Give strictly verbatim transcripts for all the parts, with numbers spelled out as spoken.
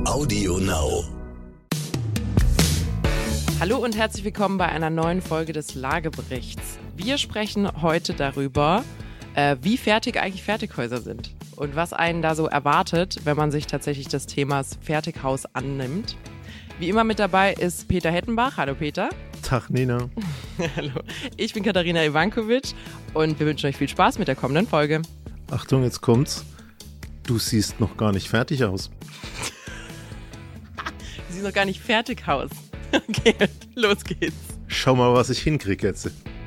Audio Now. Hallo und herzlich willkommen bei einer neuen Folge des Lageberichts. Wir sprechen heute darüber, äh, wie fertig eigentlich Fertighäuser sind und was einen da so erwartet, wenn man sich tatsächlich des Themas Fertighaus annimmt. Wie immer mit dabei ist Peter Hettenbach. Hallo Peter. Tag Nina. Hallo. Ich bin Katharina Ivankovic und wir wünschen euch viel Spaß mit der kommenden Folge. Achtung, jetzt kommt's. Du siehst noch gar nicht fertig aus. Sie sind noch gar nicht fertig aus. Okay, los geht's. Schau mal, was ich hinkriege jetzt.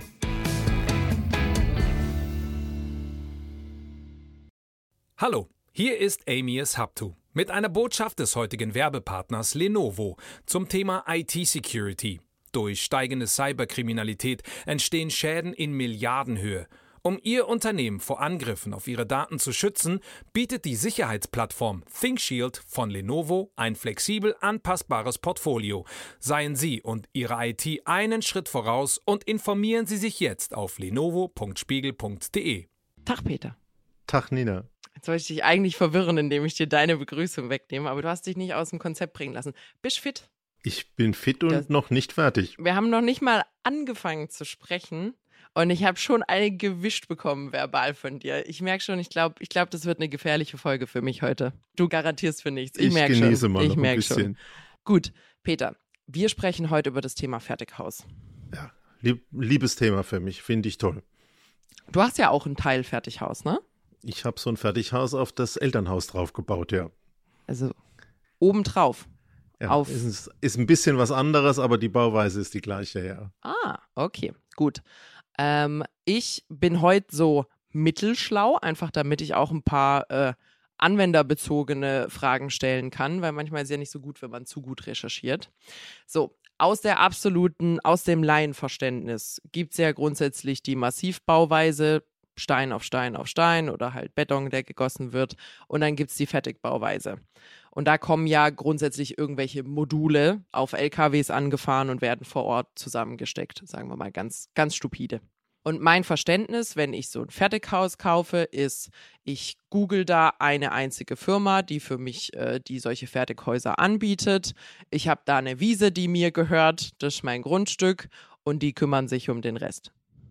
Hallo, hier ist Amias Haptu mit einer Botschaft des heutigen Werbepartners Lenovo zum Thema I T-Security. Durch steigende Cyberkriminalität entstehen Schäden in Milliardenhöhe. Um Ihr Unternehmen vor Angriffen auf Ihre Daten zu schützen, bietet die Sicherheitsplattform ThinkShield von Lenovo ein flexibel anpassbares Portfolio. Seien Sie und Ihre I T einen Schritt voraus und informieren Sie sich jetzt auf lenovo punkt spiegel punkt de. Tag Peter. Tag Nina. Jetzt wollte ich dich eigentlich verwirren, indem ich dir deine Begrüßung wegnehme, aber du hast dich nicht aus dem Konzept bringen lassen. Bist fit? Ich bin fit und das, noch nicht fertig. Wir haben noch nicht mal angefangen zu sprechen und ich habe schon eine gewischt bekommen verbal von dir. Ich merke schon, ich glaube, ich glaub, das wird eine gefährliche Folge für mich heute. Du garantierst für nichts. Ich, ich merke genieße schon. mal ich noch merk ein bisschen. Schon. Gut, Peter, wir sprechen heute über das Thema Fertighaus. Ja, lieb, liebes Thema für mich, finde ich toll. Du hast ja auch ein Teil Fertighaus, ne? Ich habe so ein Fertighaus auf das Elternhaus drauf gebaut, ja. Also obendrauf. Ja, auf ist, ist ein bisschen was anderes, aber die Bauweise ist die gleiche, ja. Ah, okay, gut. Ähm, ich bin heute so mittelschlau, einfach damit ich auch ein paar äh, anwenderbezogene Fragen stellen kann, weil manchmal ist es ja nicht so gut, wenn man zu gut recherchiert. So, aus der absoluten, aus dem Laienverständnis gibt es ja grundsätzlich die Massivbauweise, Stein auf Stein auf Stein oder halt Beton, der gegossen wird. Und dann gibt es die Fertigbauweise. Und da kommen ja grundsätzlich irgendwelche Module auf L K Ws angefahren und werden vor Ort zusammengesteckt. Sagen wir mal ganz, ganz stupide. Und mein Verständnis, wenn ich so ein Fertighaus kaufe, ist, ich google da eine einzige Firma, die für mich, äh, die solche Fertighäuser anbietet. Ich habe da eine Wiese, die mir gehört. Das ist mein Grundstück. Und die kümmern sich um den Rest.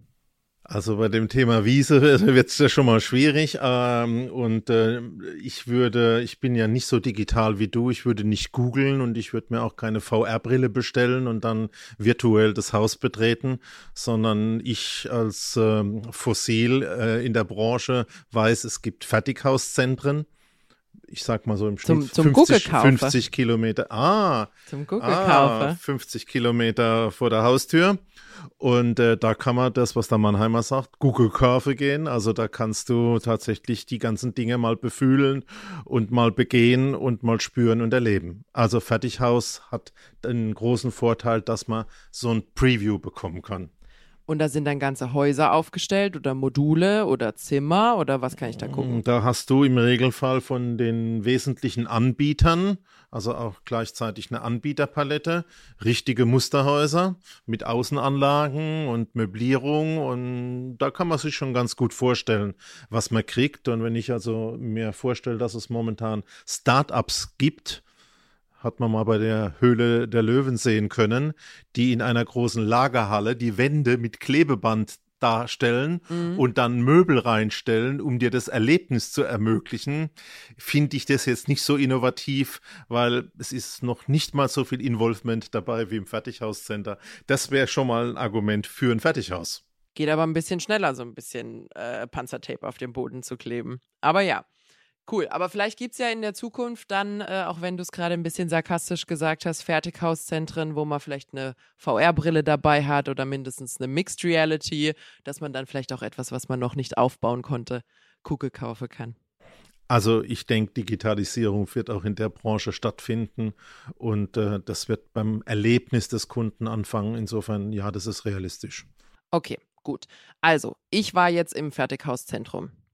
Also bei dem Thema Wiese wird es ja schon mal schwierig ähm, und äh, ich würde, ich bin ja nicht so digital wie du, ich würde nicht googeln und ich würde mir auch keine V R-Brille bestellen und dann virtuell das Haus betreten, sondern ich als ähm, Fossil äh, in der Branche weiß, es gibt Fertighauszentren. Ich sag mal so im Schnitt zum, zum fünfzig, fünfzig Kilometer. Ah, zum Google ah, fünfzig Kilometer vor der Haustür. Und äh, da kann man das, was der Mannheimer sagt, Google-Kurve gehen. Also da kannst du tatsächlich die ganzen Dinge mal befühlen und mal begehen und mal spüren und erleben. Also Fertighaus hat einen großen Vorteil, dass man so ein Preview bekommen kann. Und da sind dann ganze Häuser aufgestellt oder Module oder Zimmer oder was kann ich da gucken? Da hast du im Regelfall von den wesentlichen Anbietern, also auch gleichzeitig eine Anbieterpalette, richtige Musterhäuser mit Außenanlagen und Möblierung und da kann man sich schon ganz gut vorstellen, was man kriegt. Und wenn ich also mir vorstelle, dass es momentan Start-ups gibt, hat man mal bei der Höhle der Löwen sehen können, die in einer großen Lagerhalle die Wände mit Klebeband darstellen mhm. und dann Möbel reinstellen, um dir das Erlebnis zu ermöglichen, finde ich das jetzt nicht so innovativ, weil es ist noch nicht mal so viel Involvement dabei wie im Fertighauscenter. Das wäre schon mal ein Argument für ein Fertighaus. Geht aber ein bisschen schneller, so ein bisschen äh, Panzertape auf dem Boden zu kleben. Aber ja. Cool, aber vielleicht gibt es ja in der Zukunft dann, äh, auch wenn du es gerade ein bisschen sarkastisch gesagt hast, Fertighauszentren, wo man vielleicht eine V R-Brille dabei hat oder mindestens eine Mixed Reality, dass man dann vielleicht auch etwas, was man noch nicht aufbauen konnte, Kugel kaufen kann. Also ich denke, Digitalisierung wird auch in der Branche stattfinden und äh, das wird beim Erlebnis des Kunden anfangen. Insofern, ja, das ist realistisch. Okay, gut. Also, ich war jetzt im Fertighauszentrum.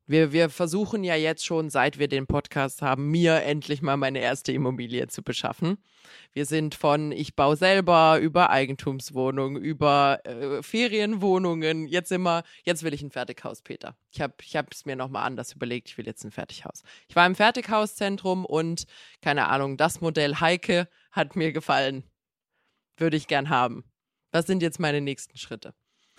Wir, wir versuchen ja jetzt schon, seit wir den Podcast haben, mir endlich mal meine erste Immobilie zu beschaffen. Wir sind von ich baue selber über Eigentumswohnungen, über äh, Ferienwohnungen. Jetzt immer, jetzt will ich ein Fertighaus, Peter. Ich habe ich habe es mir nochmal anders überlegt, ich will jetzt ein Fertighaus. Ich war im Fertighauszentrum und, keine Ahnung, das Modell Heike hat mir gefallen. Würde ich gern haben. Was sind jetzt meine nächsten Schritte?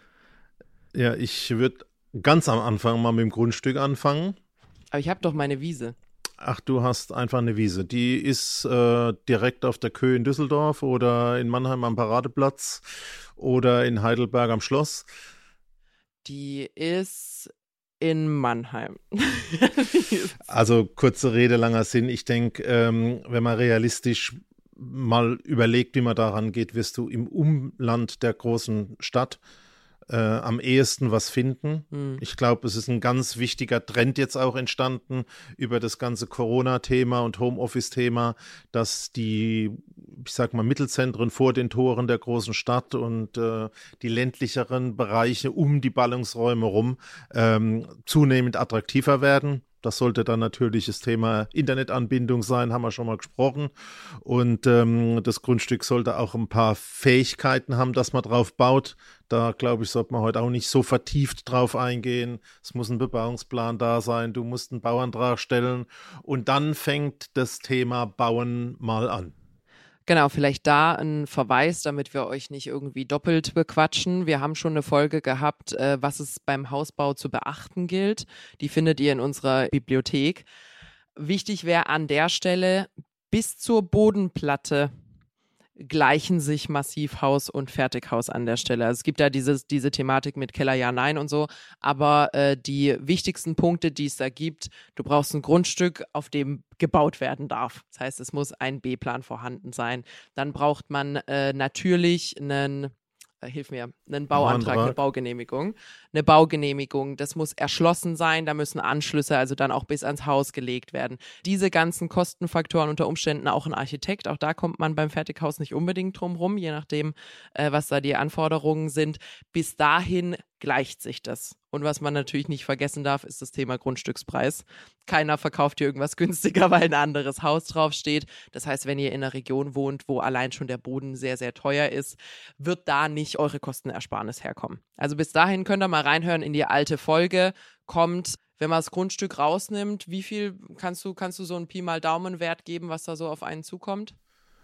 Ja, ich würde ganz am Anfang mal mit dem Grundstück anfangen. Aber ich habe doch meine Wiese. Ach, du hast einfach eine Wiese. Die ist äh, direkt auf der Köh in Düsseldorf oder in Mannheim am Paradeplatz oder in Heidelberg am Schloss. Die ist in Mannheim. Also kurze Rede, langer Sinn. Ich denke, ähm, wenn man realistisch mal überlegt, wie man da rangeht, wirst du im Umland der großen Stadt Äh, am ehesten was finden. Hm. Ich glaube, es ist ein ganz wichtiger Trend jetzt auch entstanden über das ganze Corona-Thema und Homeoffice-Thema, dass die, ich sag mal, Mittelzentren vor den Toren der großen Stadt und äh, die ländlicheren Bereiche um die Ballungsräume rum ähm, zunehmend attraktiver werden. Das sollte dann natürlich das Thema Internetanbindung sein, haben wir schon mal gesprochen. Und ähm, das Grundstück sollte auch ein paar Fähigkeiten haben, dass man drauf baut. Da, glaube ich, sollte man heute auch nicht so vertieft drauf eingehen. Es muss ein Bebauungsplan da sein, du musst einen Bauantrag stellen. Und dann fängt das Thema Bauen mal an. Genau, vielleicht da ein Verweis, damit wir euch nicht irgendwie doppelt bequatschen. Wir haben schon eine Folge gehabt, äh, was es beim Hausbau zu beachten gilt. Die findet ihr in unserer Bibliothek. Wichtig wäre an der Stelle, bis zur Bodenplatte gleichen sich Massivhaus und Fertighaus an der Stelle. Also es gibt ja dieses, diese Thematik mit Keller, ja, nein und so, aber äh, die wichtigsten Punkte, die es da gibt, du brauchst ein Grundstück, auf dem gebaut werden darf. Das heißt, es muss ein B-Plan vorhanden sein. Dann braucht man äh, natürlich einen Hilf mir, einen Bauantrag, eine Baugenehmigung. Eine Baugenehmigung, das muss erschlossen sein, da müssen Anschlüsse also dann auch bis ans Haus gelegt werden. Diese ganzen Kostenfaktoren, unter Umständen auch ein Architekt, auch da kommt man beim Fertighaus nicht unbedingt drum rum, je nachdem, äh, was da die Anforderungen sind. Bis dahin gleicht sich das. Und was man natürlich nicht vergessen darf, ist das Thema Grundstückspreis. Keiner verkauft hier irgendwas günstiger, weil ein anderes Haus draufsteht. Das heißt, wenn ihr in einer Region wohnt, wo allein schon der Boden sehr, sehr teuer ist, wird da nicht eure Kostenersparnis herkommen. Also bis dahin könnt ihr mal reinhören in die alte Folge. Kommt, wenn man das Grundstück rausnimmt, wie viel kannst du, kannst du so einen Pi mal Daumen-Wert geben, was da so auf einen zukommt?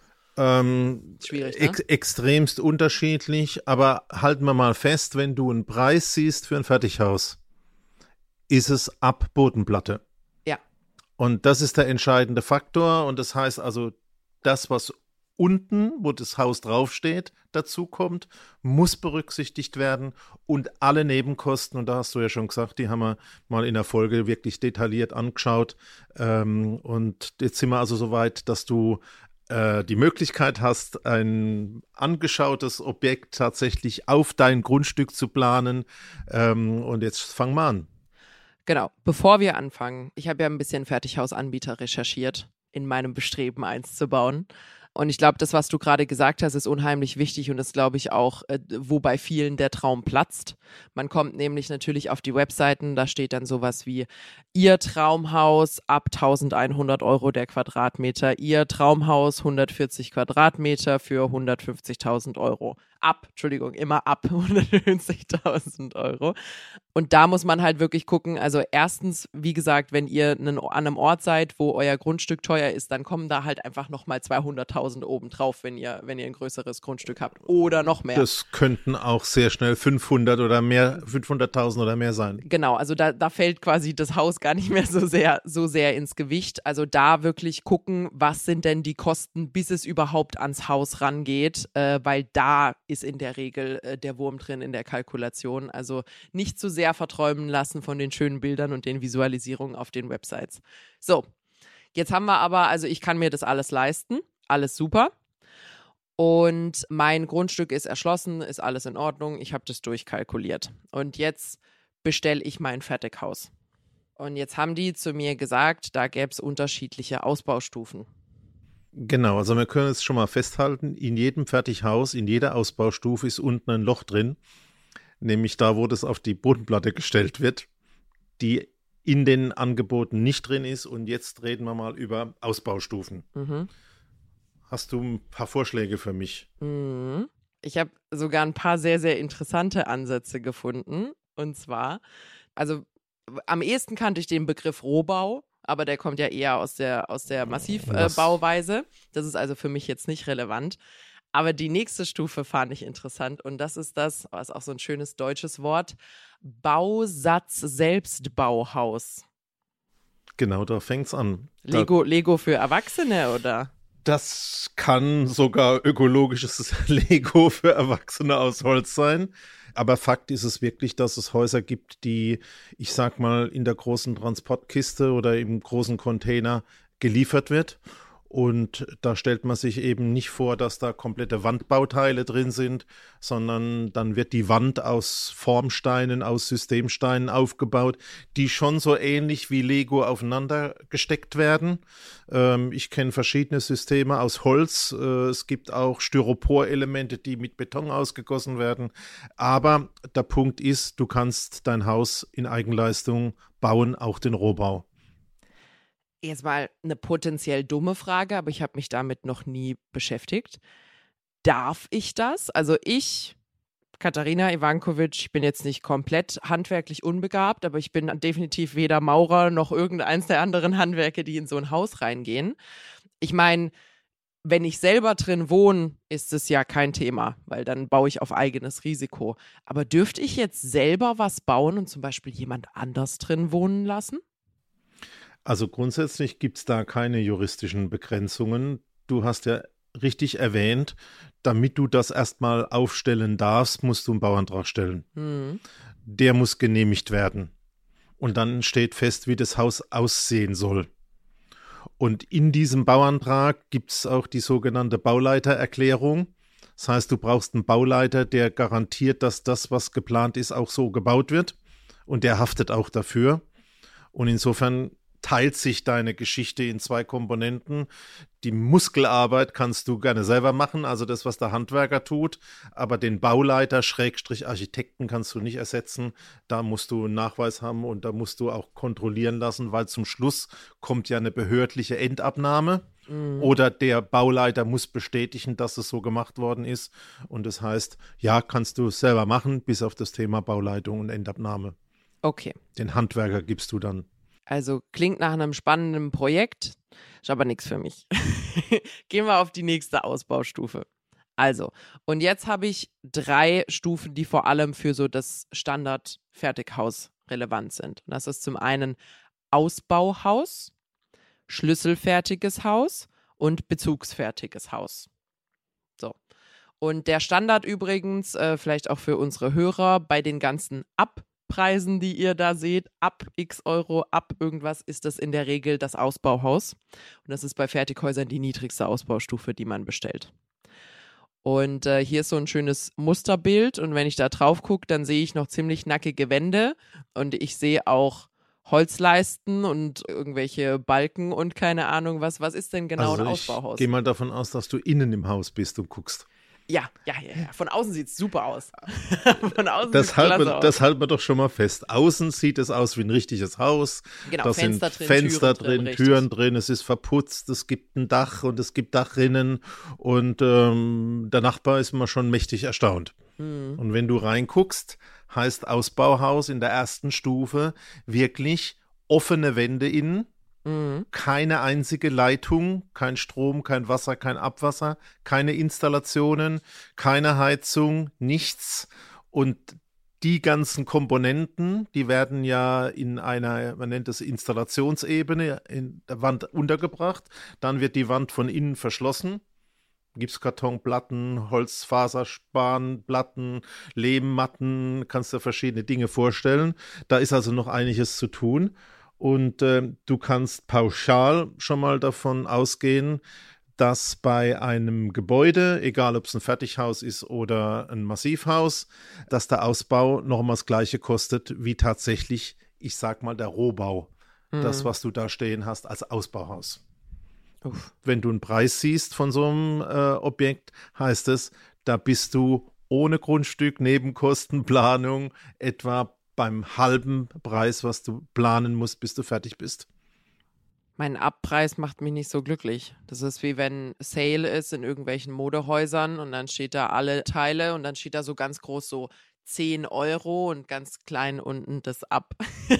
Ähm, Schwierig, ne? ex- extremst unterschiedlich, aber halten wir mal fest, wenn du einen Preis siehst für ein Fertighaus, ist es ab Bodenplatte. Ja. Und das ist der entscheidende Faktor und das heißt also, das, was unten, wo das Haus draufsteht, dazu kommt, muss berücksichtigt werden und alle Nebenkosten, und da hast du ja schon gesagt, die haben wir mal in der Folge wirklich detailliert angeschaut ähm, und jetzt sind wir also so weit, dass du die Möglichkeit hast, ein angeschautes Objekt tatsächlich auf dein Grundstück zu planen. Ähm, und jetzt fangen wir an. Genau, bevor wir anfangen, ich habe ja ein bisschen Fertighausanbieter recherchiert, in meinem Bestreben, eins zu bauen. Und ich glaube, das, was du gerade gesagt hast, ist unheimlich wichtig und das glaube ich auch, äh, wo bei vielen der Traum platzt. Man kommt nämlich natürlich auf die Webseiten, da steht dann sowas wie Ihr Traumhaus ab eintausendeinhundert Euro der Quadratmeter, Ihr Traumhaus hundertvierzig Quadratmeter für hundertfünfzigtausend Euro. Ab, Entschuldigung, immer ab hundertfünfzigtausend Euro. Und da muss man halt wirklich gucken, also erstens, wie gesagt, wenn ihr einen, an einem Ort seid, wo euer Grundstück teuer ist, dann kommen da halt einfach nochmal zweihunderttausend oben drauf, wenn ihr, wenn ihr ein größeres Grundstück habt oder noch mehr. Das könnten auch sehr schnell fünfhundert oder mehr, fünfhunderttausend oder mehr sein. Genau, also da, da fällt quasi das Haus gar nicht mehr so sehr, so sehr ins Gewicht. Also da wirklich gucken, was sind denn die Kosten, bis es überhaupt ans Haus rangeht, äh, weil da ist in der Regel äh, der Wurm drin in der Kalkulation. Also nicht zu sehr verträumen lassen von den schönen Bildern und den Visualisierungen auf den Websites. So, jetzt haben wir aber, also ich kann mir das alles leisten, alles super. Und mein Grundstück ist erschlossen, ist alles in Ordnung, ich habe das durchkalkuliert. Und jetzt bestelle ich mein Fertighaus. Und jetzt haben die zu mir gesagt, da gäbe es unterschiedliche Ausbaustufen. Genau, also wir können es schon mal festhalten, in jedem Fertighaus, in jeder Ausbaustufe ist unten ein Loch drin, nämlich da, wo das auf die Bodenplatte gestellt wird. Die in den Angeboten nicht drin ist. Und jetzt reden wir mal über Ausbaustufen. Mhm. Hast du ein paar Vorschläge für mich? Mhm. Ich habe sogar ein paar sehr, sehr interessante Ansätze gefunden. Und zwar, also am ehesten kannte ich den Begriff Rohbau, aber der kommt ja eher aus der, aus der Massivbauweise. Äh, das ist also für mich jetzt nicht relevant. Aber die nächste Stufe fand ich interessant und das ist das, das ist auch so ein schönes deutsches Wort, Bausatz-Selbstbauhaus. Genau, da fängt es an. Lego, Lego für Erwachsene, oder? Das kann sogar ökologisches Lego für Erwachsene aus Holz sein. Aber Fakt ist es wirklich, dass es Häuser gibt, die, ich sag mal, in der großen Transportkiste oder im großen Container geliefert wird. Und da stellt man sich eben nicht vor, dass da komplette Wandbauteile drin sind, sondern dann wird die Wand aus Formsteinen, aus Systemsteinen aufgebaut, die schon so ähnlich wie Lego aufeinander gesteckt werden. Ähm, ich kenne verschiedene Systeme aus Holz. Äh, es gibt auch Styroporelemente, die mit Beton ausgegossen werden. Aber der Punkt ist, du kannst dein Haus in Eigenleistung bauen, auch den Rohbau. Jetzt mal eine potenziell dumme Frage, aber ich habe mich damit noch nie beschäftigt. Darf ich das? Also ich, Katharina Ivankovic, ich bin jetzt nicht komplett handwerklich unbegabt, aber ich bin definitiv weder Maurer noch irgendeins der anderen Handwerke, die in so ein Haus reingehen. Ich meine, wenn ich selber drin wohne, ist es ja kein Thema, weil dann baue ich auf eigenes Risiko. Aber dürfte ich jetzt selber was bauen und zum Beispiel jemand anders drin wohnen lassen? Also grundsätzlich gibt es da keine juristischen Begrenzungen. Du hast ja richtig erwähnt, damit du das erstmal aufstellen darfst, musst du einen Bauantrag stellen. Hm. Der muss genehmigt werden. Und dann steht fest, wie das Haus aussehen soll. Und in diesem Bauantrag gibt es auch die sogenannte Bauleitererklärung. Das heißt, du brauchst einen Bauleiter, der garantiert, dass das, was geplant ist, auch so gebaut wird. Und der haftet auch dafür. Und insofern teilt sich deine Geschichte in zwei Komponenten. Die Muskelarbeit kannst du gerne selber machen, also das, was der Handwerker tut, aber den Bauleiter, Schrägstrich Architekten kannst du nicht ersetzen. Da musst du einen Nachweis haben und da musst du auch kontrollieren lassen, weil zum Schluss kommt ja eine behördliche Endabnahme. Mhm. Oder der Bauleiter muss bestätigen, dass es so gemacht worden ist. Und das heißt, ja, kannst du selber machen, bis auf das Thema Bauleitung und Endabnahme. Okay. Den Handwerker gibst du dann. Also klingt nach einem spannenden Projekt, ist aber nichts für mich. Gehen wir auf die nächste Ausbaustufe. Also, und jetzt habe ich drei Stufen, die vor allem für so das Standard-Fertighaus relevant sind. Und das ist zum einen Ausbauhaus, schlüsselfertiges Haus und bezugsfertiges Haus. So. Und der Standard übrigens, äh, vielleicht auch für unsere Hörer, bei den ganzen Ab- Preisen, die ihr da seht, ab x Euro, ab irgendwas, ist das in der Regel das Ausbauhaus. Und das ist bei Fertighäusern die niedrigste Ausbaustufe, die man bestellt. Und äh, hier ist so ein schönes Musterbild und wenn ich da drauf gucke, dann sehe ich noch ziemlich nackige Wände und ich sehe auch Holzleisten und irgendwelche Balken und keine Ahnung was. Was ist denn genau also ein Ausbauhaus? Ich gehe mal davon aus, dass du innen im Haus bist und guckst. Ja, ja, ja, ja. Von außen sieht es super aus. Von außen das sieht es halt klasse man, aus. Das halten wir doch schon mal fest. Außen sieht es aus wie ein richtiges Haus. Genau, da Fenster sind drin, Fenster Türen drin, drin, Türen drin, es ist verputzt, es gibt ein Dach und es gibt Dachrinnen und ähm, der Nachbar ist immer schon mächtig erstaunt. Mhm. Und wenn du reinguckst, heißt Ausbauhaus in der ersten Stufe wirklich offene Wände innen. Mhm. Keine einzige Leitung, kein Strom, kein Wasser, kein Abwasser, keine Installationen, keine Heizung, nichts. Und die ganzen Komponenten, die werden ja in einer, man nennt es Installationsebene, in der Wand untergebracht. Dann wird die Wand von innen verschlossen. Gipskartonplatten, Holzfaserspanplatten, Lehmmatten, kannst dir verschiedene Dinge vorstellen. Da ist also noch einiges zu tun. Und äh, du kannst pauschal schon mal davon ausgehen, dass bei einem Gebäude, egal ob es ein Fertighaus ist oder ein Massivhaus, dass der Ausbau nochmal das Gleiche kostet, wie tatsächlich, ich sag mal, der Rohbau. Mhm. Das, was du da stehen hast als Ausbauhaus. Uff. Wenn du einen Preis siehst von so einem äh, Objekt, heißt es, da bist du ohne Grundstück, Nebenkostenplanung etwa beim halben Preis, was du planen musst, bis du fertig bist? Mein Abpreis macht mich nicht so glücklich. Das ist wie wenn Sale ist in irgendwelchen Modehäusern und dann steht da alle Teile und dann steht da so ganz groß so zehn Euro und ganz klein unten das ab.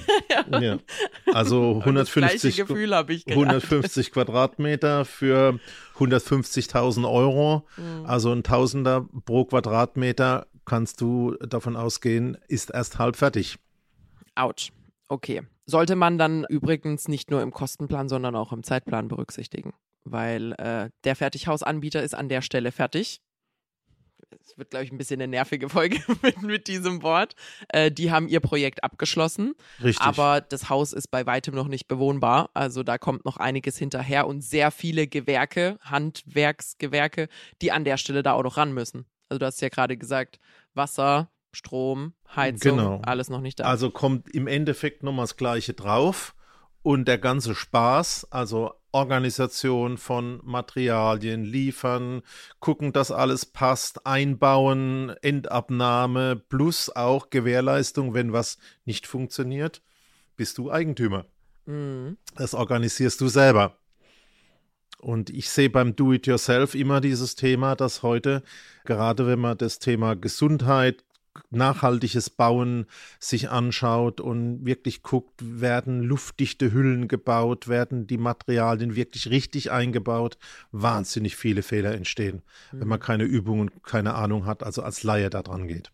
Ja, also hundertfünfzig, das gleiche Gefühl habe ich gedacht. hundertfünfzig Quadratmeter für hundertfünfzigtausend Euro, mhm. also ein Tausender pro Quadratmeter, kannst du davon ausgehen, ist erst halb fertig. Autsch. Okay. Sollte man dann übrigens nicht nur im Kostenplan, sondern auch im Zeitplan berücksichtigen, weil äh, der Fertighausanbieter ist an der Stelle fertig. Es wird, glaube ich, ein bisschen eine nervige Folge mit, mit diesem Wort. Äh, die haben ihr Projekt abgeschlossen, Richtig. Aber das Haus ist bei weitem noch nicht bewohnbar. Also da kommt noch einiges hinterher und sehr viele Gewerke, Handwerksgewerke, die an der Stelle da auch noch ran müssen. Also du hast ja gerade gesagt, Wasser, Strom, Heizung, genau. Alles noch nicht da. Also kommt im Endeffekt nochmal das Gleiche drauf und der ganze Spaß, also Organisation von Materialien, liefern, gucken, dass alles passt, einbauen, Endabnahme plus auch Gewährleistung, wenn was nicht funktioniert, bist du Eigentümer. Mhm. Das organisierst du selber. Und ich sehe beim Do-it-yourself immer dieses Thema, dass heute, gerade wenn man das Thema Gesundheit, nachhaltiges Bauen sich anschaut und wirklich guckt, werden luftdichte Hüllen gebaut, werden die Materialien wirklich richtig eingebaut, wahnsinnig viele Fehler entstehen, mhm. wenn man keine Übung und keine Ahnung hat, also als Laie da dran geht.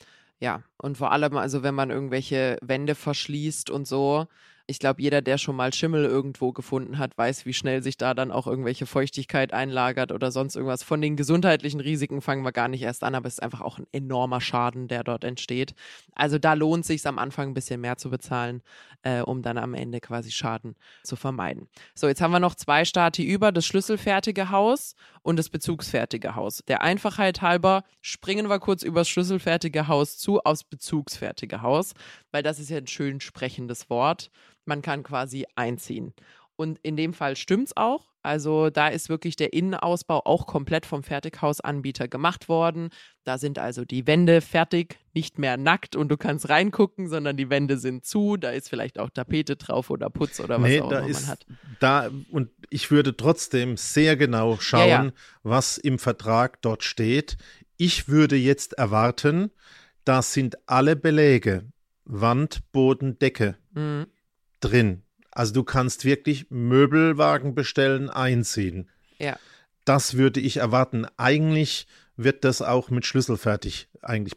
Ja, und vor allem, also wenn man irgendwelche Wände verschließt und so, ich glaube, jeder, der schon mal Schimmel irgendwo gefunden hat, weiß, wie schnell sich da dann auch irgendwelche Feuchtigkeit einlagert oder sonst irgendwas. Von den gesundheitlichen Risiken fangen wir gar nicht erst an, aber es ist einfach auch ein enormer Schaden, der dort entsteht. Also da lohnt es sich am Anfang ein bisschen mehr zu bezahlen, äh, um dann am Ende quasi Schaden zu vermeiden. So, jetzt haben wir noch zwei Stati über, das schlüsselfertige Haus und das bezugsfertige Haus. Der Einfachheit halber springen wir kurz über das schlüsselfertige Haus zu, aufs bezugsfertige Haus, weil das ist ja ein schön sprechendes Wort. Man kann quasi einziehen. Und in dem Fall stimmt's auch. Also da ist wirklich der Innenausbau auch komplett vom Fertighausanbieter gemacht worden. Da sind also die Wände fertig, nicht mehr nackt und du kannst reingucken, sondern die Wände sind zu. Da ist vielleicht auch Tapete drauf oder Putz oder was nee, auch da immer ist, man hat. Da, und ich würde trotzdem sehr genau schauen, ja, ja. was im Vertrag dort steht. Ich würde jetzt erwarten, da sind alle Beläge, Wand, Boden, Decke, mhm. drin. Also du kannst wirklich Möbelwagen bestellen, einziehen. Ja. Das würde ich erwarten. Eigentlich wird das auch mit schlüsselfertig eigentlich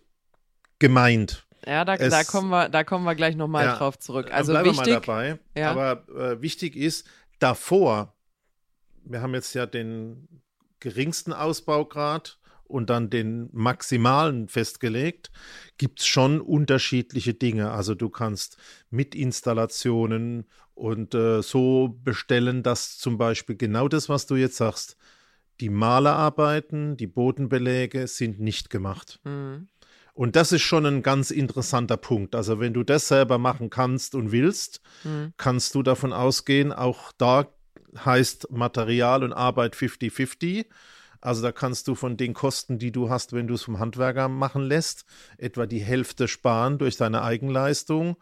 gemeint. Ja, da, es, da, kommen, wir, da kommen wir gleich nochmal ja, drauf zurück. Also bleiben wichtig, wir mal dabei. Ja. Aber äh, wichtig ist, davor, wir haben jetzt ja den geringsten Ausbaugrad und dann den maximalen festgelegt, gibt es schon unterschiedliche Dinge. Also du kannst mit Installationen und äh, so bestellen, dass zum Beispiel genau das, was du jetzt sagst, die Malerarbeiten, die Bodenbeläge sind nicht gemacht. Mhm. Und das ist schon ein ganz interessanter Punkt. Also wenn du das selber machen kannst und willst, mhm. kannst du davon ausgehen, auch da heißt Material und Arbeit fifty fifty. Also da kannst du von den Kosten, die du hast, wenn du es vom Handwerker machen lässt, etwa die Hälfte sparen durch deine Eigenleistung.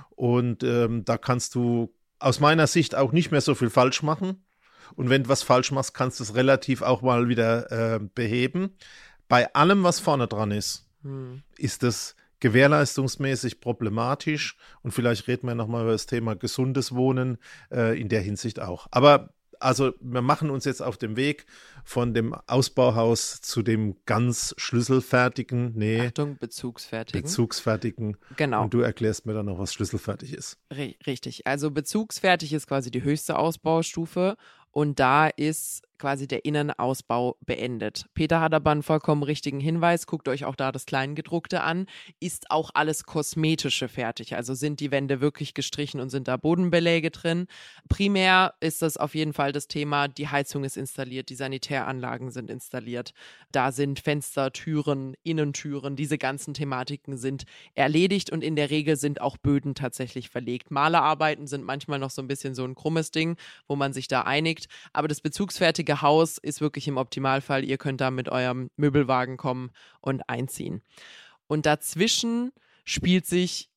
Und ähm, da kannst du aus meiner Sicht auch nicht mehr so viel falsch machen. Und wenn du was falsch machst, kannst du es relativ auch mal wieder äh, beheben. Bei allem, was vorne dran ist, hm. ist es gewährleistungsmäßig problematisch. Und vielleicht reden wir nochmal über das Thema gesundes Wohnen äh, in der Hinsicht auch. Aber also wir machen uns jetzt auf dem Weg von dem Ausbauhaus zu dem ganz schlüsselfertigen, nee. Achtung, bezugsfertigen. Bezugsfertigen. Genau. Und du erklärst mir dann noch, was schlüsselfertig ist. Richtig. Also bezugsfertig ist quasi die höchste Ausbaustufe und da ist quasi der Innenausbau beendet. Peter hat aber einen vollkommen richtigen Hinweis. Guckt euch auch da das Kleingedruckte an. Ist auch alles Kosmetische fertig. Also sind die Wände wirklich gestrichen und sind da Bodenbeläge drin. Primär ist das auf jeden Fall das Thema, die Heizung ist installiert, die Sanitäranlagen sind installiert. Da sind Fenster, Türen, Innentüren, diese ganzen Thematiken sind erledigt und in der Regel sind auch Böden tatsächlich verlegt. Malerarbeiten sind manchmal noch so ein bisschen so ein krummes Ding, wo man sich da einigt. Aber das bezugsfertige Haus ist wirklich im Optimalfall. Ihr könnt da mit eurem Möbelwagen kommen und einziehen. Und dazwischen spielt sich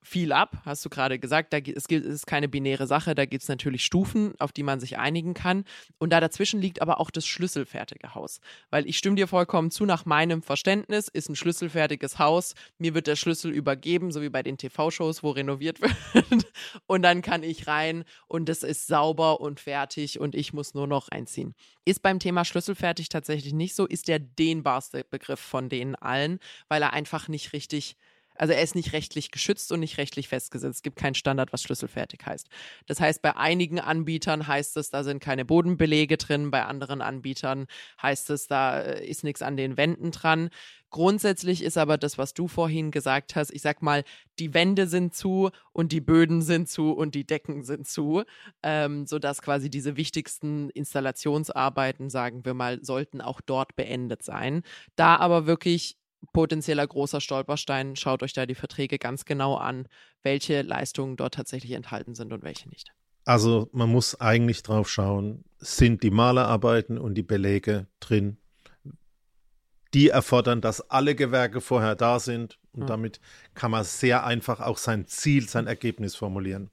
viel ab, hast du gerade gesagt. Da, es gibt, es ist keine binäre Sache, da gibt es natürlich Stufen, auf die man sich einigen kann. Und da dazwischen liegt aber auch das schlüsselfertige Haus. Weil ich stimme dir vollkommen zu, nach meinem Verständnis ist ein schlüsselfertiges Haus, mir wird der Schlüssel übergeben, so wie bei den T V-Shows, wo renoviert wird. Und dann kann ich rein und es ist sauber und fertig und ich muss nur noch einziehen. Ist beim Thema schlüsselfertig tatsächlich nicht so, ist der dehnbarste Begriff von denen allen, weil er einfach nicht richtig... Also er ist nicht rechtlich geschützt und nicht rechtlich festgesetzt. Es gibt keinen Standard, was schlüsselfertig heißt. Das heißt, bei einigen Anbietern heißt es, da sind keine Bodenbelege drin. Bei anderen Anbietern heißt es, da ist nichts an den Wänden dran. Grundsätzlich ist aber das, was du vorhin gesagt hast, ich sag mal, die Wände sind zu und die Böden sind zu und die Decken sind zu, ähm, sodass quasi diese wichtigsten Installationsarbeiten, sagen wir mal, sollten auch dort beendet sein. Da aber wirklich potenzieller großer Stolperstein, schaut euch da die Verträge ganz genau an, welche Leistungen dort tatsächlich enthalten sind und welche nicht. Also man muss eigentlich drauf schauen, sind die Malerarbeiten und die Belege drin? Die erfordern, dass alle Gewerke vorher da sind und hm. damit kann man sehr einfach auch sein Ziel, sein Ergebnis formulieren.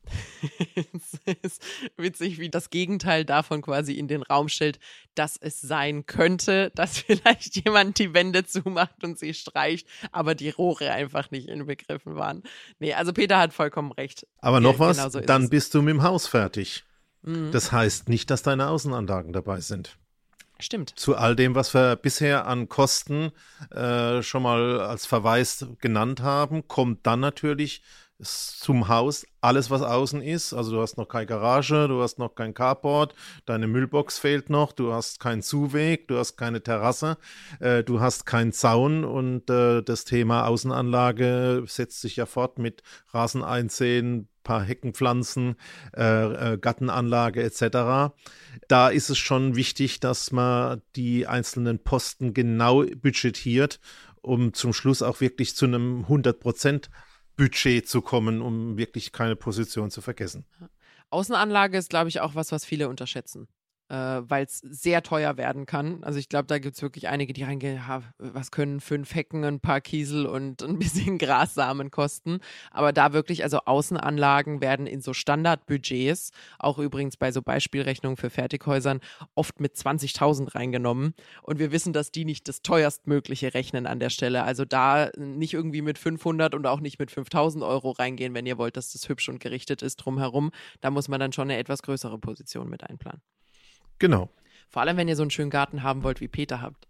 Es ist witzig, wie das Gegenteil davon quasi in den Raum stellt, dass es sein könnte, dass vielleicht jemand die Wände zumacht und sie streicht, aber die Rohre einfach nicht inbegriffen waren. Nee, also Peter hat vollkommen recht. Aber noch ja, was, genau so dann es. bist du mit dem Haus fertig. Mhm. Das heißt nicht, dass deine Außenanlagen dabei sind. Stimmt. Zu all dem, was wir bisher an Kosten äh, schon mal als Verweis genannt haben, kommt dann natürlich zum Haus alles, was außen ist. Also du hast noch keine Garage, du hast noch kein Carport, deine Müllbox fehlt noch, du hast keinen Zuweg, du hast keine Terrasse, äh, du hast keinen Zaun und äh, das Thema Außenanlage setzt sich ja fort mit Rasen einsäen, paar Heckenpflanzen, äh, äh, Gartenanlage et cetera. Da ist es schon wichtig, dass man die einzelnen Posten genau budgetiert, um zum Schluss auch wirklich zu einem hundert Prozent Budget zu kommen, um wirklich keine Position zu vergessen. Außenanlage ist, glaube ich, auch was, was viele unterschätzen, äh, weil es sehr teuer werden kann. Also ich glaube, da gibt es wirklich einige, die reingehen, ja, was können fünf Hecken, ein paar Kiesel und ein bisschen Grassamen kosten. Aber da wirklich, also Außenanlagen werden in so Standardbudgets, auch übrigens bei so Beispielrechnungen für Fertighäusern, oft mit zwanzigtausend reingenommen. Und wir wissen, dass die nicht das teuerstmögliche rechnen an der Stelle. Also da nicht irgendwie mit fünfhundert und auch nicht mit fünftausend Euro reingehen, wenn ihr wollt, dass das hübsch und gerichtet ist drumherum. Da muss man dann schon eine etwas größere Position mit einplanen. Genau. Vor allem, wenn ihr so einen schönen Garten haben wollt, wie Peter habt.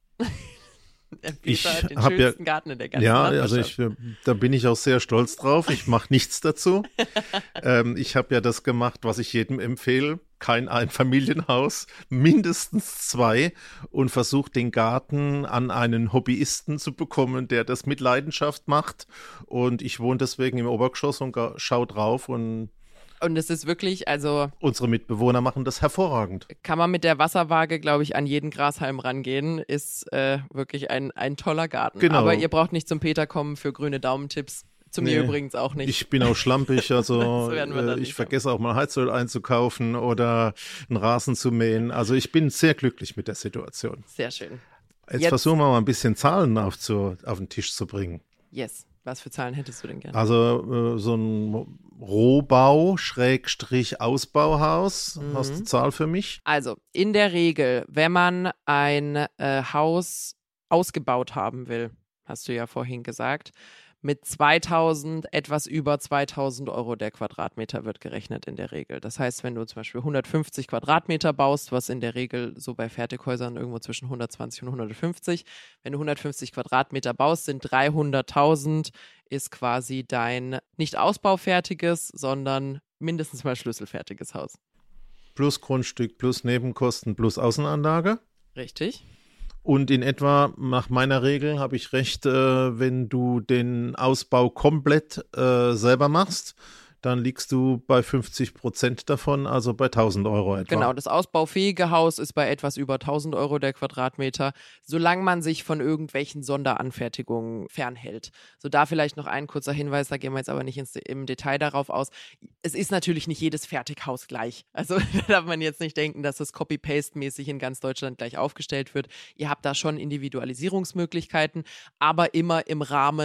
Peter ich hat den ja, schönsten Garten in der ganzen Ja, Landwirtschaft. also ich, da bin ich auch sehr stolz drauf. Ich mache nichts dazu. ähm, ich habe ja das gemacht, was ich jedem empfehle. Kein Einfamilienhaus, mindestens zwei und versucht den Garten an einen Hobbyisten zu bekommen, der das mit Leidenschaft macht. Und ich wohne deswegen im Obergeschoss und schaue drauf und Und es ist wirklich, also... Unsere Mitbewohner machen das hervorragend. Kann man mit der Wasserwaage, glaube ich, an jeden Grashalm rangehen. Ist äh, wirklich ein, ein toller Garten. Genau. Aber ihr braucht nicht zum Peter kommen für grüne Daumentipps. Zu nee, mir übrigens auch nicht. Ich bin auch schlampig, also äh, ich vergesse haben. auch mal Heizöl einzukaufen oder einen Rasen zu mähen. Also ich bin sehr glücklich mit der Situation. Sehr schön. Jetzt, Jetzt versuchen wir mal ein bisschen Zahlen auf, zu, auf den Tisch zu bringen. Yes. Was für Zahlen hättest du denn gerne? Also äh, so ein Rohbau, Schrägstrich Ausbauhaus. Mhm. Hast du eine Zahl für mich? Also in der Regel, wenn man ein äh, Haus ausgebaut haben will, hast du ja vorhin gesagt, mit zweitausend, etwas über zweitausend Euro der Quadratmeter wird gerechnet in der Regel. Das heißt, wenn du zum Beispiel hundertfünfzig Quadratmeter baust, was in der Regel so bei Fertighäusern irgendwo zwischen hundertzwanzig und hundertfünfzig, wenn du hundertfünfzig Quadratmeter baust, sind dreihunderttausend ist quasi dein nicht ausbaufertiges, sondern mindestens mal schlüsselfertiges Haus. Plus Grundstück, plus Nebenkosten, plus Außenanlage. Richtig. Und in etwa, nach meiner Regel, habe ich recht, äh, wenn du den Ausbau komplett äh, selber machst, dann liegst du bei fünfzig Prozent davon, also bei tausend Euro etwa. Genau, das ausbaufähige Haus ist bei etwas über tausend Euro der Quadratmeter, solange man sich von irgendwelchen Sonderanfertigungen fernhält. So, da vielleicht noch ein kurzer Hinweis, da gehen wir jetzt aber nicht ins, im Detail darauf aus. Es ist natürlich nicht jedes Fertighaus gleich. Also da darf man jetzt nicht denken, dass es Copy-Paste-mäßig in ganz Deutschland gleich aufgestellt wird. Ihr habt da schon Individualisierungsmöglichkeiten, aber immer im Rahmen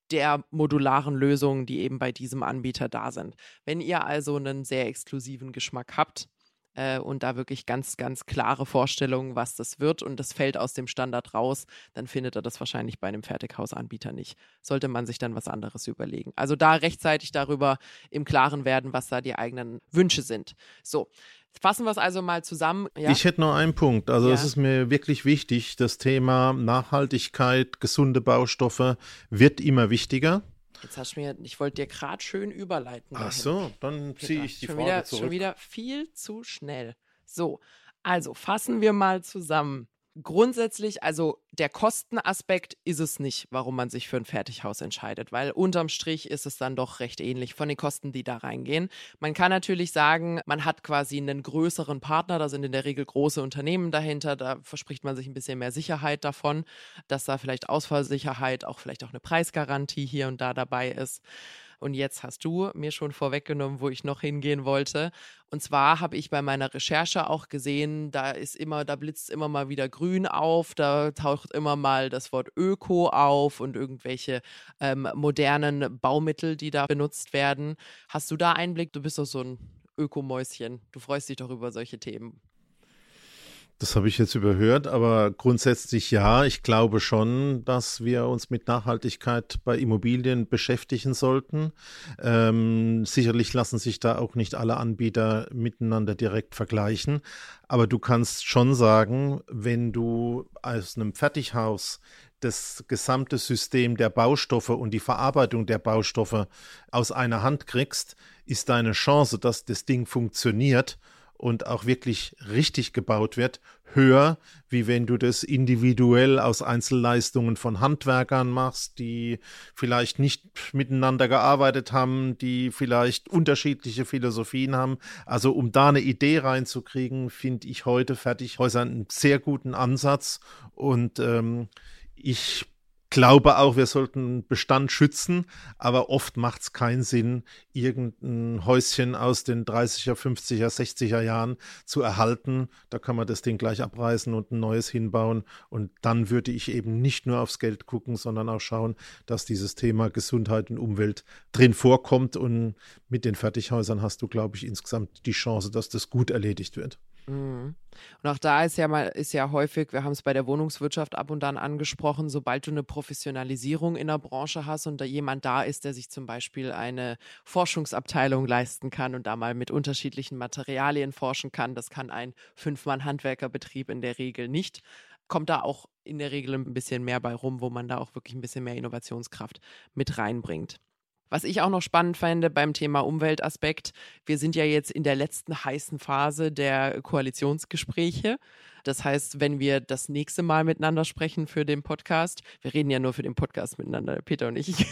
der modularen Lösungen, die eben bei diesem Anbieter da sind. Wenn ihr also einen sehr exklusiven Geschmack habt, Äh, und da wirklich ganz, ganz klare Vorstellungen, was das wird und das fällt aus dem Standard raus, dann findet er das wahrscheinlich bei einem Fertighausanbieter nicht. Sollte man sich dann was anderes überlegen. Also da rechtzeitig darüber im Klaren werden, was da die eigenen Wünsche sind. So, fassen wir es also mal zusammen. Ja? Ich hätte noch einen Punkt. Also es Ja. ist mir wirklich wichtig, das Thema Nachhaltigkeit, gesunde Baustoffe wird immer wichtiger. Jetzt hast du mir, ich wollte dir gerade schön überleiten. Ach dahin. so, dann Peter, ziehe ich die schon Frage wieder, zurück. Schon wieder viel zu schnell. So, also fassen wir mal zusammen. Grundsätzlich, also der Kostenaspekt ist es nicht, warum man sich für ein Fertighaus entscheidet, weil unterm Strich ist es dann doch recht ähnlich von den Kosten, die da reingehen. Man kann natürlich sagen, man hat quasi einen größeren Partner, da sind in der Regel große Unternehmen dahinter, da verspricht man sich ein bisschen mehr Sicherheit davon, dass da vielleicht Ausfallsicherheit, auch vielleicht auch eine Preisgarantie hier und da dabei ist. Und jetzt hast du mir schon vorweggenommen, wo ich noch hingehen wollte. Und zwar habe ich bei meiner Recherche auch gesehen, da ist immer, da blitzt immer mal wieder grün auf, da taucht immer mal das Wort Öko auf und irgendwelche ähm, modernen Baumittel, die da benutzt werden. Hast du da Einblick? Du bist doch so ein Ökomäuschen. Du freust dich doch über solche Themen. Das habe ich jetzt überhört, aber grundsätzlich ja. Ich glaube schon, dass wir uns mit Nachhaltigkeit bei Immobilien beschäftigen sollten. Ähm, sicherlich lassen sich da auch nicht alle Anbieter miteinander direkt vergleichen. Aber du kannst schon sagen, wenn du aus einem Fertighaus das gesamte System der Baustoffe und die Verarbeitung der Baustoffe aus einer Hand kriegst, ist deine Chance, dass das Ding funktioniert und auch wirklich richtig gebaut wird, höher, wie wenn du das individuell aus Einzelleistungen von Handwerkern machst, die vielleicht nicht miteinander gearbeitet haben, die vielleicht unterschiedliche Philosophien haben. Also um da eine Idee reinzukriegen, finde ich heute Fertighäuser einen sehr guten Ansatz und ähm, ich glaube auch, wir sollten Bestand schützen, aber oft macht es keinen Sinn, irgendein Häuschen aus den dreißiger, fünfziger, sechziger Jahren zu erhalten. Da kann man das Ding gleich abreißen und ein neues hinbauen. Und dann würde ich eben nicht nur aufs Geld gucken, sondern auch schauen, dass dieses Thema Gesundheit und Umwelt drin vorkommt. Und mit den Fertighäusern hast du, glaube ich, insgesamt die Chance, dass das gut erledigt wird. Mhm. Und auch da ist ja mal, ist ja häufig, wir haben es bei der Wohnungswirtschaft ab und an angesprochen, sobald du eine Professionalisierung in der Branche hast und da jemand da ist, der sich zum Beispiel eine Forschungsabteilung leisten kann und da mal mit unterschiedlichen Materialien forschen kann, das kann ein Fünf-Mann-Handwerkerbetrieb in der Regel nicht, kommt da auch in der Regel ein bisschen mehr bei rum, wo man da auch wirklich ein bisschen mehr Innovationskraft mit reinbringt. Was ich auch noch spannend fände beim Thema Umweltaspekt, wir sind ja jetzt in der letzten heißen Phase der Koalitionsgespräche. Das heißt, wenn wir das nächste Mal miteinander sprechen für den Podcast, wir reden ja nur für den Podcast miteinander, Peter und ich,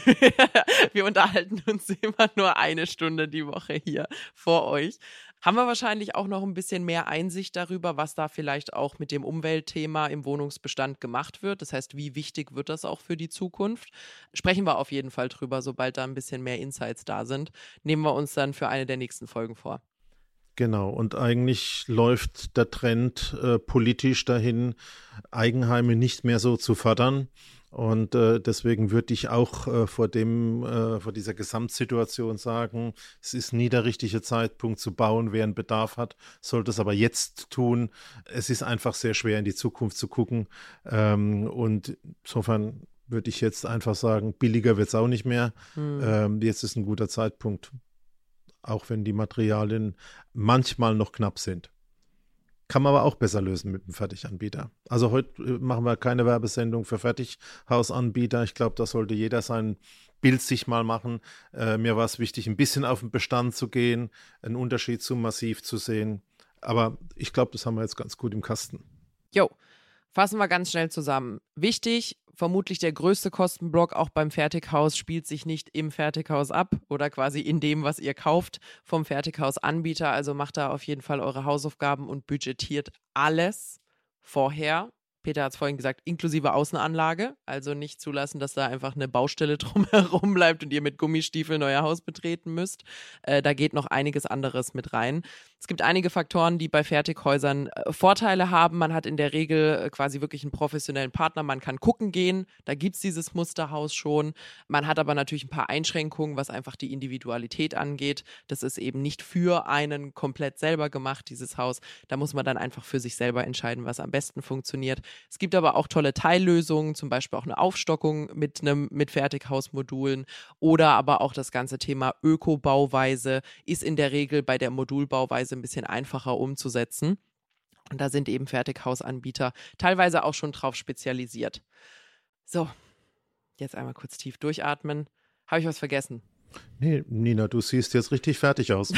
wir unterhalten uns immer nur eine Stunde die Woche hier vor euch, haben wir wahrscheinlich auch noch ein bisschen mehr Einsicht darüber, was da vielleicht auch mit dem Umweltthema im Wohnungsbestand gemacht wird. Das heißt, wie wichtig wird das auch für die Zukunft? Sprechen wir auf jeden Fall drüber, sobald da ein bisschen mehr Insights da sind. Nehmen wir uns dann für eine der nächsten Folgen vor. Genau, und eigentlich läuft der Trend äh, politisch dahin, Eigenheime nicht mehr so zu fördern. Und äh, deswegen würde ich auch äh, vor dem, äh, vor dieser Gesamtsituation sagen, es ist nie der richtige Zeitpunkt zu bauen, wer einen Bedarf hat, sollte es aber jetzt tun. Es ist einfach sehr schwer, in die Zukunft zu gucken. Ähm, und insofern würde ich jetzt einfach sagen, billiger wird es auch nicht mehr. Hm. Ähm, jetzt ist ein guter Zeitpunkt, auch wenn die Materialien manchmal noch knapp sind. Kann man aber auch besser lösen mit dem Fertiganbieter. Also heute machen wir keine Werbesendung für Fertighausanbieter. Ich glaube, da sollte jeder sein Bild sich mal machen. Äh, mir war es wichtig, ein bisschen auf den Bestand zu gehen, einen Unterschied zu Massiv zu sehen. Aber ich glaube, das haben wir jetzt ganz gut im Kasten. Jo, fassen wir ganz schnell zusammen. Wichtig, vermutlich der größte Kostenblock auch beim Fertighaus spielt sich nicht im Fertighaus ab oder quasi in dem, was ihr kauft vom Fertighausanbieter. Also macht da auf jeden Fall eure Hausaufgaben und budgetiert alles vorher Peter hat es vorhin gesagt, inklusive Außenanlage. Also nicht zulassen, dass da einfach eine Baustelle drumherum bleibt und ihr mit Gummistiefeln euer Haus betreten müsst. Äh, da geht noch einiges anderes mit rein. Es gibt einige Faktoren, die bei Fertighäusern äh, Vorteile haben. Man hat in der Regel äh, quasi wirklich einen professionellen Partner. Man kann gucken gehen. Da gibt es dieses Musterhaus schon. Man hat aber natürlich ein paar Einschränkungen, was einfach die Individualität angeht. Das ist eben nicht für einen komplett selber gemacht, dieses Haus. Da muss man dann einfach für sich selber entscheiden, was am besten funktioniert. Es gibt aber auch tolle Teillösungen, zum Beispiel auch eine Aufstockung mit einem mit Fertighausmodulen oder aber auch das ganze Thema Öko-Bauweise ist in der Regel bei der Modulbauweise ein bisschen einfacher umzusetzen. Und da sind eben Fertighausanbieter teilweise auch schon drauf spezialisiert. So, jetzt einmal kurz tief durchatmen. Habe ich was vergessen? Nee, Nina, du siehst jetzt richtig fertig aus.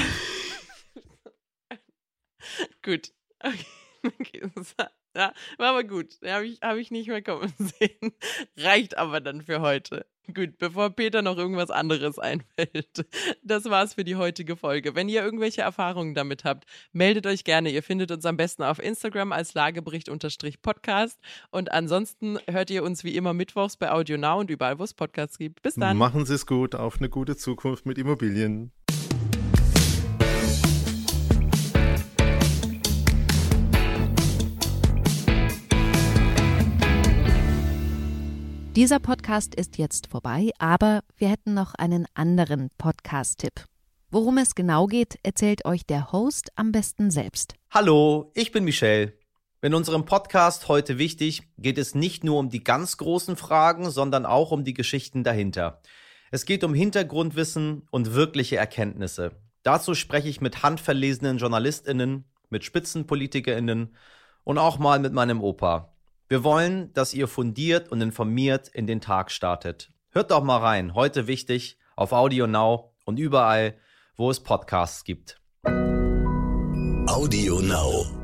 Gut. Okay. Okay. Ja, war aber gut. Habe ich, hab ich nicht mehr kommen sehen. Reicht aber dann für heute. Gut, bevor Peter noch irgendwas anderes einfällt. Das war's für die heutige Folge. Wenn ihr irgendwelche Erfahrungen damit habt, meldet euch gerne. Ihr findet uns am besten auf Instagram als Lagebericht-Podcast. Und ansonsten hört ihr uns wie immer mittwochs bei Audio Now und überall, wo es Podcasts gibt. Bis dann. Machen Sie es gut. Auf eine gute Zukunft mit Immobilien. Dieser Podcast ist jetzt vorbei, aber wir hätten noch einen anderen Podcast-Tipp. Worum es genau geht, erzählt euch der Host am besten selbst. Hallo, ich bin Michel. In unserem Podcast Heute Wichtig geht es nicht nur um die ganz großen Fragen, sondern auch um die Geschichten dahinter. Es geht um Hintergrundwissen und wirkliche Erkenntnisse. Dazu spreche ich mit handverlesenen JournalistInnen, mit SpitzenpolitikerInnen und auch mal mit meinem Opa. Wir wollen, dass ihr fundiert und informiert in den Tag startet. Hört doch mal rein, Heute Wichtig, auf Audio Now und überall, wo es Podcasts gibt. Audio Now.